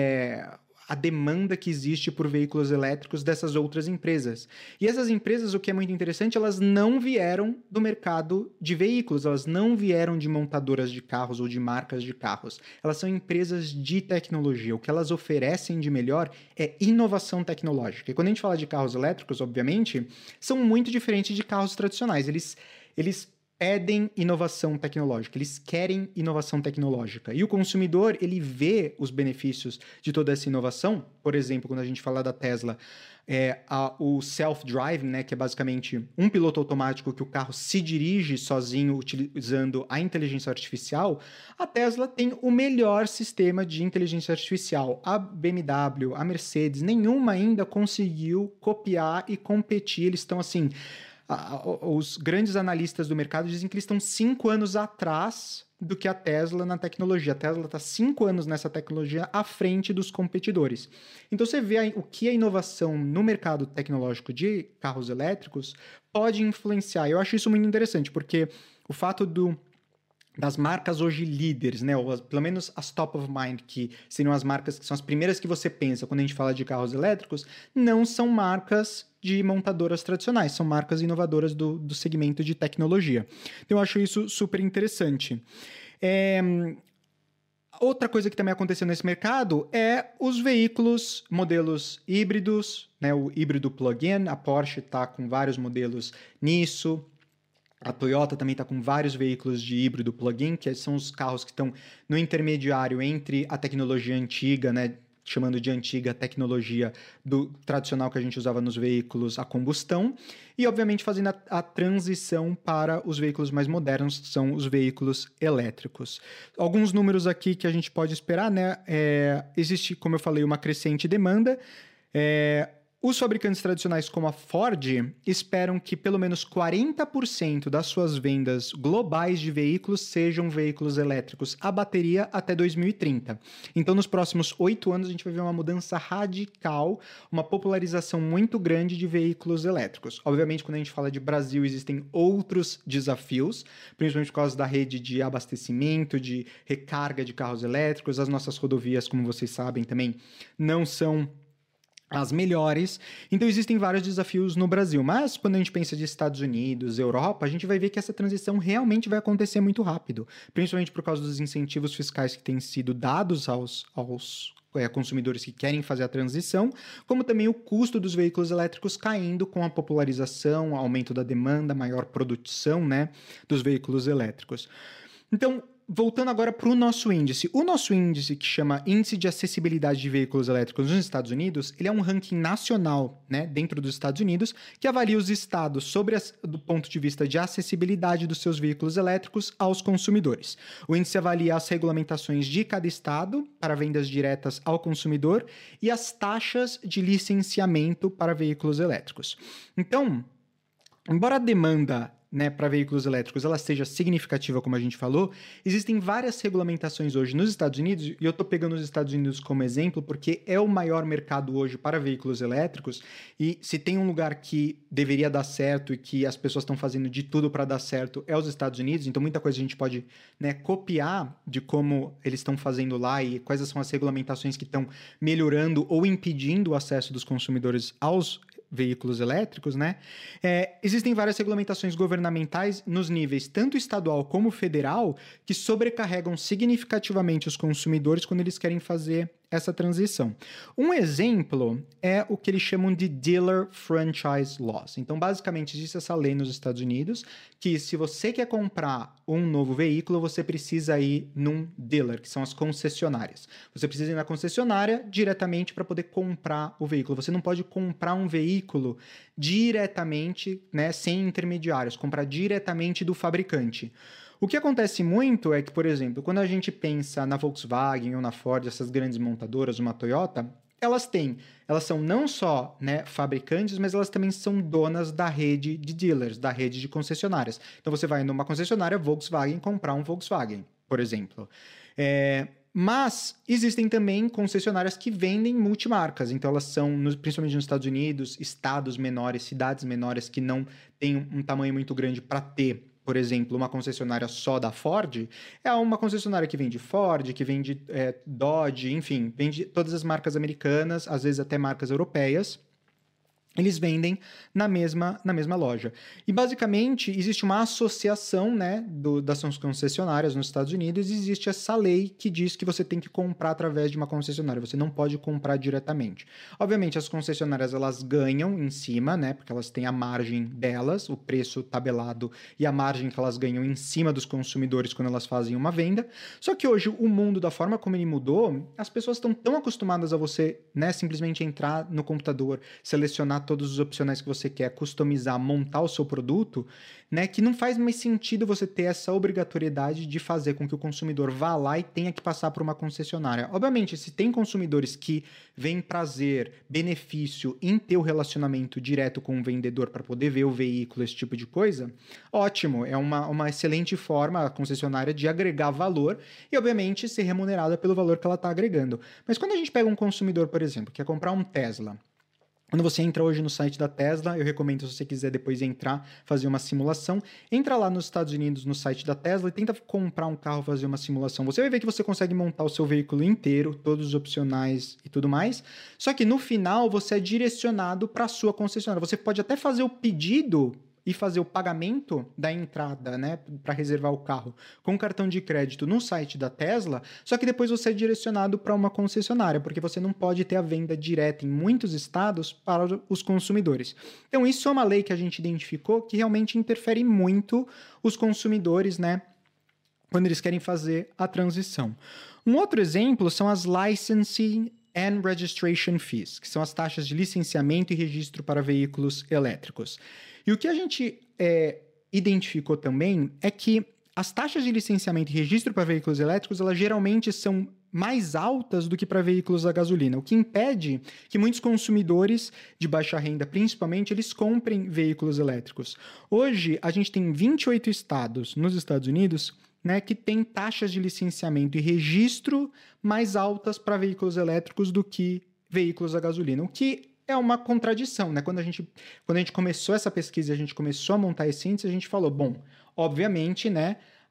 é, a demanda que existe por veículos elétricos dessas outras empresas. E essas empresas, o que é muito interessante, elas não vieram do mercado de veículos, elas não vieram de montadoras de carros ou de marcas de carros. Elas são empresas de tecnologia. O que elas oferecem de melhor é inovação tecnológica. E quando a gente fala de carros elétricos, obviamente, são muito diferentes de carros tradicionais. Eles, eles pedem inovação tecnológica, eles querem inovação tecnológica. E o consumidor, ele vê os benefícios de toda essa inovação. Por exemplo, quando a gente fala da Tesla, é, a, o self-driving, né, que é basicamente um piloto automático que o carro se dirige sozinho utilizando a inteligência artificial, a Tesla tem o melhor sistema de inteligência artificial. A B M W, a Mercedes, nenhuma ainda conseguiu copiar e competir. Eles estão assim... Os grandes analistas do mercado dizem que eles estão cinco anos atrás do que a Tesla na tecnologia. A Tesla está cinco anos nessa tecnologia à frente dos competidores. Então você vê o que a inovação no mercado tecnológico de carros elétricos pode influenciar. Eu acho isso muito interessante, porque o fato do... das marcas hoje líderes, né, ou as, pelo menos as top of mind, que seriam as marcas que são as primeiras que você pensa quando a gente fala de carros elétricos, não são marcas de montadoras tradicionais, são marcas inovadoras do, do segmento de tecnologia. Então eu acho isso super interessante. É... Outra coisa que também aconteceu nesse mercado é os veículos, modelos híbridos, né, o híbrido plug-in, a Porsche está com vários modelos nisso. A Toyota também está com vários veículos de híbrido plug-in, que são os carros que estão no intermediário entre a tecnologia antiga, né, chamando de antiga tecnologia do tradicional que a gente usava nos veículos a combustão, e obviamente fazendo a, a transição para os veículos mais modernos, que são os veículos elétricos. Alguns números aqui que a gente pode esperar, né? É, existe, como eu falei, uma crescente demanda. É, Os fabricantes tradicionais como a Ford esperam que pelo menos quarenta por cento das suas vendas globais de veículos sejam veículos elétricos a bateria até dois mil e trinta. Então, nos próximos oito anos, a gente vai ver uma mudança radical, uma popularização muito grande de veículos elétricos. Obviamente, quando a gente fala de Brasil, existem outros desafios, principalmente por causa da rede de abastecimento, de recarga de carros elétricos. As nossas rodovias, como vocês sabem, também não são as melhores. Então existem vários desafios no Brasil, mas quando a gente pensa de Estados Unidos, Europa, a gente vai ver que essa transição realmente vai acontecer muito rápido, principalmente por causa dos incentivos fiscais que têm sido dados aos, aos é, consumidores que querem fazer a transição, como também o custo dos veículos elétricos caindo com a popularização, aumento da demanda, maior produção, né, dos veículos elétricos. Então, voltando agora para o nosso índice. O nosso índice, que chama Índice de Acessibilidade de Veículos Elétricos nos Estados Unidos, ele é um ranking nacional, né, dentro dos Estados Unidos, que avalia os estados sobre as, do ponto de vista de acessibilidade dos seus veículos elétricos aos consumidores. O índice avalia as regulamentações de cada estado para vendas diretas ao consumidor e as taxas de licenciamento para veículos elétricos. Então, embora a demanda, né, para veículos elétricos ela seja significativa, como a gente falou, existem várias regulamentações hoje nos Estados Unidos, e eu estou pegando os Estados Unidos como exemplo porque é o maior mercado hoje para veículos elétricos, e se tem um lugar que deveria dar certo e que as pessoas estão fazendo de tudo para dar certo é os Estados Unidos, então muita coisa a gente pode, né, copiar de como eles estão fazendo lá e quais são as regulamentações que estão melhorando ou impedindo o acesso dos consumidores aos veículos elétricos, né? É, existem várias regulamentações governamentais nos níveis tanto estadual como federal que sobrecarregam significativamente os consumidores quando eles querem fazer essa transição. Um exemplo é o que eles chamam de Dealer Franchise Laws. Então, basicamente, existe essa lei nos Estados Unidos que se você quer comprar um novo veículo, você precisa ir num dealer, que são as concessionárias. Você precisa ir na concessionária diretamente para poder comprar o veículo. Você não pode comprar um veículo diretamente, né, sem intermediários, comprar diretamente do fabricante. O que acontece muito é que, por exemplo, quando a gente pensa na Volkswagen ou na Ford, essas grandes montadoras, uma Toyota, elas têm, elas são não só, né, fabricantes, mas elas também são donas da rede de dealers, da rede de concessionárias. Então você vai numa concessionária Volkswagen comprar um Volkswagen, por exemplo. É... Mas existem também concessionárias que vendem multimarcas, então elas são, principalmente nos Estados Unidos, estados menores, cidades menores que não têm um tamanho muito grande para ter, por exemplo, uma concessionária só da Ford, é uma concessionária que vende Ford, que vende é, Dodge, enfim, vende todas as marcas americanas, às vezes até marcas europeias. Eles vendem na mesma, na mesma loja. E, basicamente, existe uma associação, né, do, das concessionárias nos Estados Unidos, e existe essa lei que diz que você tem que comprar através de uma concessionária, você não pode comprar diretamente. Obviamente, as concessionárias, elas ganham em cima, né, porque elas têm a margem delas, o preço tabelado e a margem que elas ganham em cima dos consumidores quando elas fazem uma venda. Só que hoje, o mundo, da forma como ele mudou, as pessoas estão tão acostumadas a você, né, simplesmente entrar no computador, selecionar todos os opcionais que você quer, customizar, montar o seu produto, né, que não faz mais sentido você ter essa obrigatoriedade de fazer com que o consumidor vá lá e tenha que passar por uma concessionária. Obviamente, se tem consumidores que veem prazer, benefício em ter o relacionamento direto com o vendedor para poder ver o veículo, esse tipo de coisa, ótimo, é uma, uma excelente forma a concessionária de agregar valor e, obviamente, ser remunerada pelo valor que ela está agregando. Mas quando a gente pega um consumidor, por exemplo, que quer comprar um Tesla, quando você entra hoje no site da Tesla, eu recomendo, se você quiser depois entrar, fazer uma simulação, entra lá nos Estados Unidos, no site da Tesla, e tenta comprar um carro, fazer uma simulação. Você vai ver que você consegue montar o seu veículo inteiro, todos os opcionais e tudo mais, só que no final você é direcionado para a sua concessionária. Você pode até fazer o pedido e fazer o pagamento da entrada, né, para reservar o carro com cartão de crédito no site da Tesla, só que depois você é direcionado para uma concessionária, porque você não pode ter a venda direta em muitos estados para os consumidores. Então isso é uma lei que a gente identificou que realmente interfere muito os consumidores, né, quando eles querem fazer a transição. Um outro exemplo são as licensing and registration fees, que são as taxas de licenciamento e registro para veículos elétricos. E o que a gente é, identificou também é que as taxas de licenciamento e registro para veículos elétricos, elas geralmente são mais altas do que para veículos a gasolina, o que impede que muitos consumidores de baixa renda, principalmente, eles comprem veículos elétricos. Hoje, a gente tem vinte e oito estados nos Estados Unidos, né, que tem taxas de licenciamento e registro mais altas para veículos elétricos do que veículos a gasolina, o que é uma contradição, né? Quando a gente, quando a gente começou essa pesquisa, a gente começou a montar esse índice, a gente falou, bom, obviamente, né,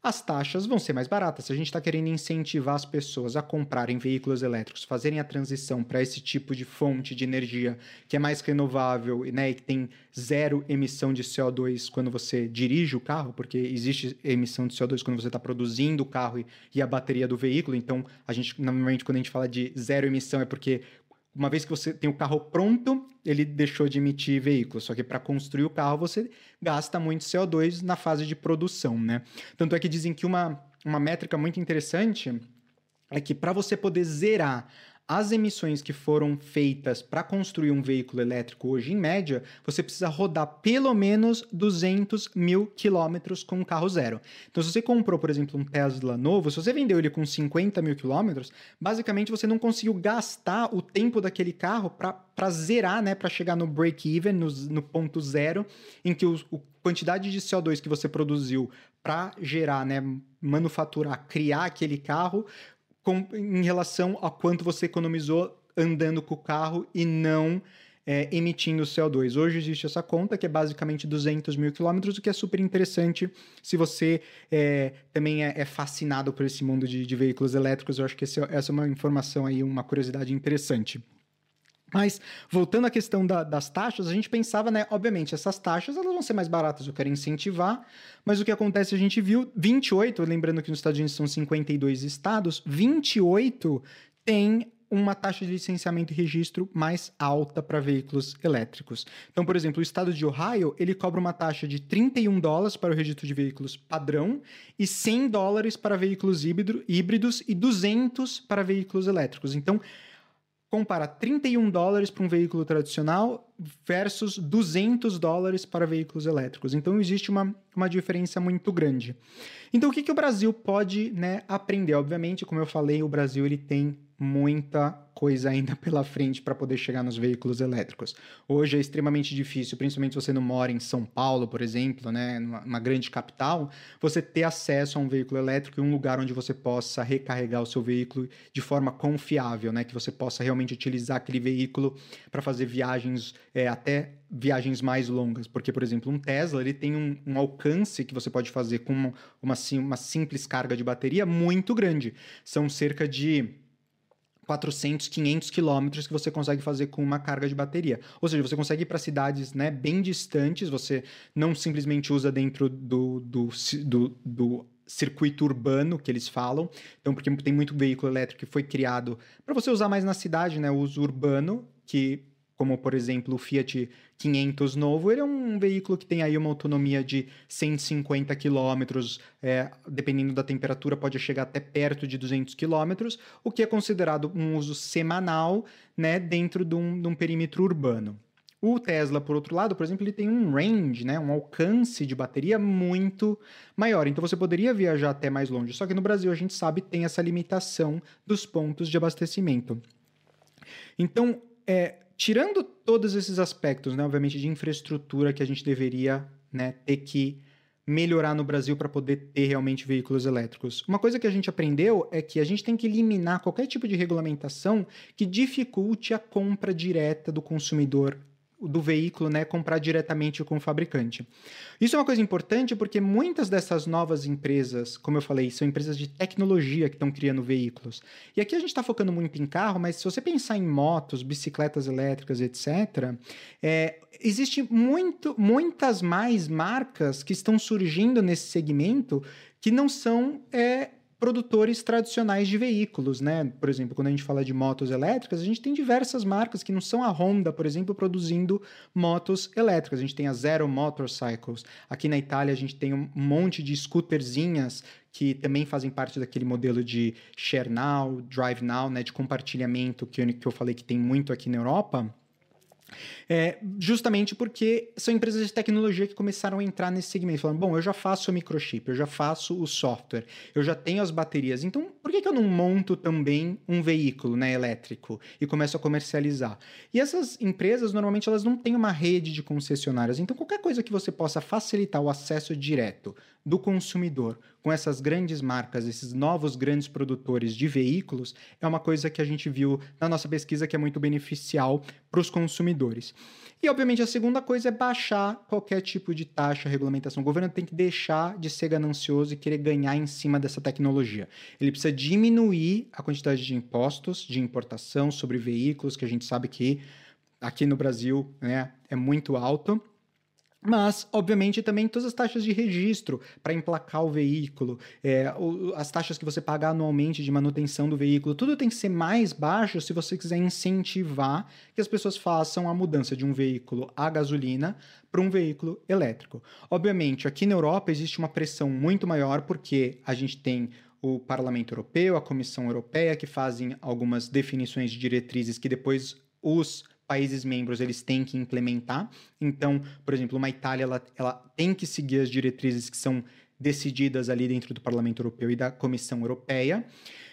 as taxas vão ser mais baratas. Se a gente está querendo incentivar as pessoas a comprarem veículos elétricos, fazerem a transição para esse tipo de fonte de energia que é mais renovável, né, e que tem zero emissão de C O dois quando você dirige o carro, porque existe emissão de C O dois quando você está produzindo o carro e, e a bateria do veículo. Então, a gente, normalmente, quando a gente fala de zero emissão, é porque uma vez que você tem o carro pronto, ele deixou de emitir veículos. Só que para construir o carro, você gasta muito C O dois na fase de produção, né? Tanto é que dizem que uma, uma métrica muito interessante é que para você poder zerar as emissões que foram feitas para construir um veículo elétrico hoje, em média, você precisa rodar pelo menos duzentos mil quilômetros com um carro zero. Então, se você comprou, por exemplo, um Tesla novo, se você vendeu ele com cinquenta mil quilômetros, basicamente você não conseguiu gastar o tempo daquele carro para zerar, né, para chegar no break-even, no, no ponto zero, em que o, a quantidade de C O dois que você produziu para gerar, né, manufaturar, criar aquele carro, Com, em relação a quanto você economizou andando com o carro e não é, emitindo C O dois. Hoje existe essa conta que é basicamente duzentos mil quilômetros, o que é super interessante se você é, também é, é fascinado por esse mundo de, de veículos elétricos. Eu acho que esse, essa é uma informação aí, uma curiosidade interessante. Mas, voltando à questão da, das taxas, a gente pensava, né, obviamente, essas taxas elas vão ser mais baratas, eu quero incentivar, mas o que acontece, a gente viu, vinte e oito, lembrando que nos Estados Unidos são cinquenta e dois estados, vinte e oito tem uma taxa de licenciamento e registro mais alta para veículos elétricos. Então, por exemplo, o estado de Ohio, ele cobra uma taxa de trinta e um dólares para o registro de veículos padrão e cem dólares para veículos híbrido, híbridos e duzentos para veículos elétricos. Então, compara trinta e um dólares para um veículo tradicional versus duzentos dólares para veículos elétricos. Então, existe uma, uma diferença muito grande. Então, o que, que o Brasil pode, né, aprender? Obviamente, como eu falei, o Brasil ele tem muita coisa ainda pela frente para poder chegar nos veículos elétricos. Hoje é extremamente difícil, principalmente se você não mora em São Paulo, por exemplo, né, numa grande capital, você ter acesso a um veículo elétrico e um lugar onde você possa recarregar o seu veículo de forma confiável, né, que você possa realmente utilizar aquele veículo para fazer viagens, é, até viagens mais longas, porque, por exemplo, um Tesla ele tem um, um alcance que você pode fazer com uma, uma, uma simples carga de bateria muito grande. São cerca de quatrocentos, quinhentos quilômetros que você consegue fazer com uma carga de bateria. Ou seja, você consegue ir para cidades, né, bem distantes, você não simplesmente usa dentro do, do, do, do circuito urbano que eles falam. Então, porque tem muito veículo elétrico que foi criado para você usar mais na cidade, né, o uso urbano, que como, por exemplo, o Fiat quinhentos novo, ele é um veículo que tem aí uma autonomia de cento e cinquenta quilômetros, é, dependendo da temperatura, pode chegar até perto de duzentos quilômetros, o que é considerado um uso semanal, né, dentro de um, de um perímetro urbano. O Tesla, por outro lado, por exemplo, ele tem um range, né, um alcance de bateria muito maior, então você poderia viajar até mais longe, só que no Brasil a gente sabe que tem essa limitação dos pontos de abastecimento. Então, é, tirando todos esses aspectos, né, obviamente, de infraestrutura que a gente deveria, né, ter que melhorar no Brasil para poder ter realmente veículos elétricos. Uma coisa que a gente aprendeu é que a gente tem que eliminar qualquer tipo de regulamentação que dificulte a compra direta do consumidor do veículo, né, comprar diretamente com o fabricante. Isso é uma coisa importante porque muitas dessas novas empresas, como eu falei, são empresas de tecnologia que estão criando veículos. E aqui a gente está focando muito em carro, mas se você pensar em motos, bicicletas elétricas, etcétera, é, existe muito, muitas mais marcas que estão surgindo nesse segmento que não são é, produtores tradicionais de veículos, né? Por exemplo, quando a gente fala de motos elétricas, a gente tem diversas marcas que não são a Honda, por exemplo, produzindo motos elétricas. A gente tem a Zero Motorcycles. Aqui na Itália, a gente tem um monte de scooterzinhas que também fazem parte daquele modelo de Share Now, Drive Now, né? De compartilhamento que eu, que eu falei que tem muito aqui na Europa. É, justamente porque são empresas de tecnologia que começaram a entrar nesse segmento, falando, bom, eu já faço o microchip, eu já faço o software, eu já tenho as baterias, então por que, que eu não monto também um veículo, né, elétrico e começo a comercializar? E essas empresas, normalmente, elas não têm uma rede de concessionárias, então qualquer coisa que você possa facilitar o acesso direto do consumidor com essas grandes marcas, esses novos grandes produtores de veículos, é uma coisa que a gente viu na nossa pesquisa que é muito beneficial para os consumidores. E, obviamente, a segunda coisa é baixar qualquer tipo de taxa, regulamentação. O governo tem que deixar de ser ganancioso e querer ganhar em cima dessa tecnologia. Ele precisa diminuir a quantidade de impostos de importação sobre veículos, que a gente sabe que aqui no Brasil, né, é muito alto. Mas, obviamente, também todas as taxas de registro para emplacar o veículo, é, o, as taxas que você paga anualmente de manutenção do veículo, tudo tem que ser mais baixo se você quiser incentivar que as pessoas façam a mudança de um veículo a gasolina para um veículo elétrico. Obviamente, aqui na Europa existe uma pressão muito maior porque a gente tem o Parlamento Europeu, a Comissão Europeia, que fazem algumas definições de diretrizes que depois os países membros eles têm que implementar. Então, por exemplo, uma Itália ela, ela tem que seguir as diretrizes que são decididas ali dentro do Parlamento Europeu e da Comissão Europeia.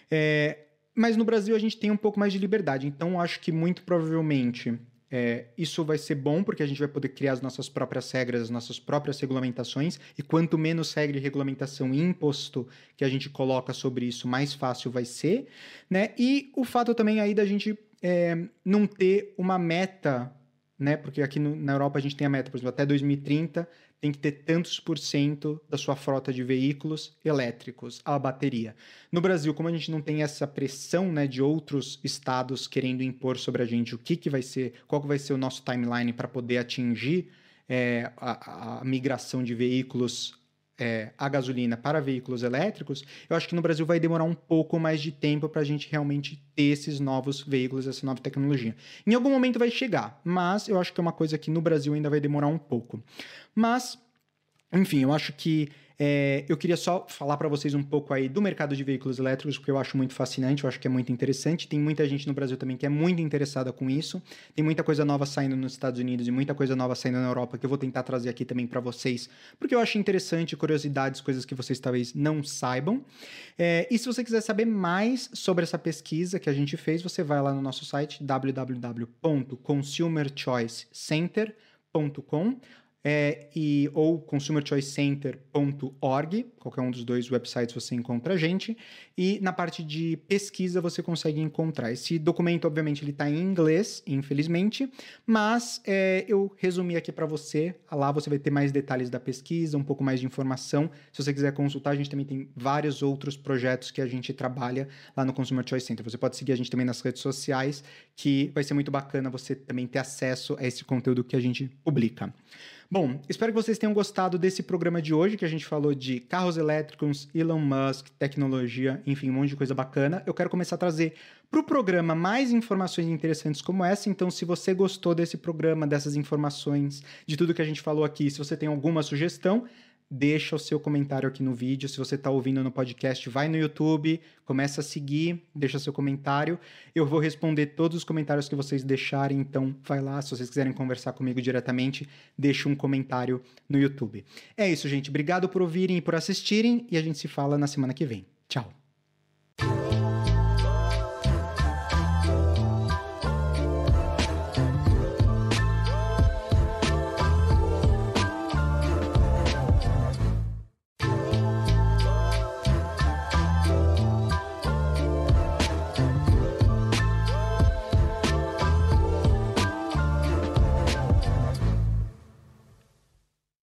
É, mas no Brasil a gente tem um pouco mais de liberdade. Então, acho que muito provavelmente é, isso vai ser bom, porque a gente vai poder criar as nossas próprias regras, as nossas próprias regulamentações, e quanto menos regra e regulamentação e imposto que a gente coloca sobre isso, mais fácil vai ser, né? E o fato também aí da gente É, não ter uma meta, né? Porque aqui no, na Europa a gente tem a meta, por exemplo, até dois mil e trinta tem que ter tantos por cento da sua frota de veículos elétricos à bateria. No Brasil, como a gente não tem essa pressão, né, de outros estados querendo impor sobre a gente o que, que vai ser, qual que vai ser o nosso timeline para poder atingir é, a, a migração de veículos É, a gasolina para veículos elétricos, eu acho que no Brasil vai demorar um pouco mais de tempo para a gente realmente ter esses novos veículos, essa nova tecnologia. Em algum momento vai chegar, mas eu acho que é uma coisa que no Brasil ainda vai demorar um pouco. Mas, enfim, eu acho que é, eu queria só falar para vocês um pouco aí do mercado de veículos elétricos, porque eu acho muito fascinante, eu acho que é muito interessante. Tem muita gente no Brasil também que é muito interessada com isso. Tem muita coisa nova saindo nos Estados Unidos e muita coisa nova saindo na Europa que eu vou tentar trazer aqui também para vocês, porque eu acho interessante, curiosidades, coisas que vocês talvez não saibam. É, e se você quiser saber mais sobre essa pesquisa que a gente fez, você vai lá no nosso site w w w ponto consumer choice center ponto com. É, e, ou consumer choice center ponto org, qualquer um dos dois websites você encontra a gente, e na parte de pesquisa você consegue encontrar. Esse documento, obviamente, ele está em inglês, infelizmente, mas é, eu resumi aqui para você, lá você vai ter mais detalhes da pesquisa, um pouco mais de informação. Se você quiser consultar, a gente também tem vários outros projetos que a gente trabalha lá no Consumer Choice Center. Você pode seguir a gente também nas redes sociais, que vai ser muito bacana você também ter acesso a esse conteúdo que a gente publica. Bom, espero que vocês tenham gostado desse programa de hoje, que a gente falou de carros elétricos, Elon Musk, tecnologia, enfim, um monte de coisa bacana. Eu quero começar a trazer para o programa mais informações interessantes como essa, então se você gostou desse programa, dessas informações, de tudo que a gente falou aqui, se você tem alguma sugestão, deixa o seu comentário aqui no vídeo. Se você está ouvindo no podcast, vai no YouTube, começa a seguir, deixa seu comentário. Eu vou responder todos os comentários que vocês deixarem, então vai lá. Se vocês quiserem conversar comigo diretamente, deixa um comentário no YouTube. É isso, gente. Obrigado por ouvirem e por assistirem, e a gente se fala na semana que vem. Tchau!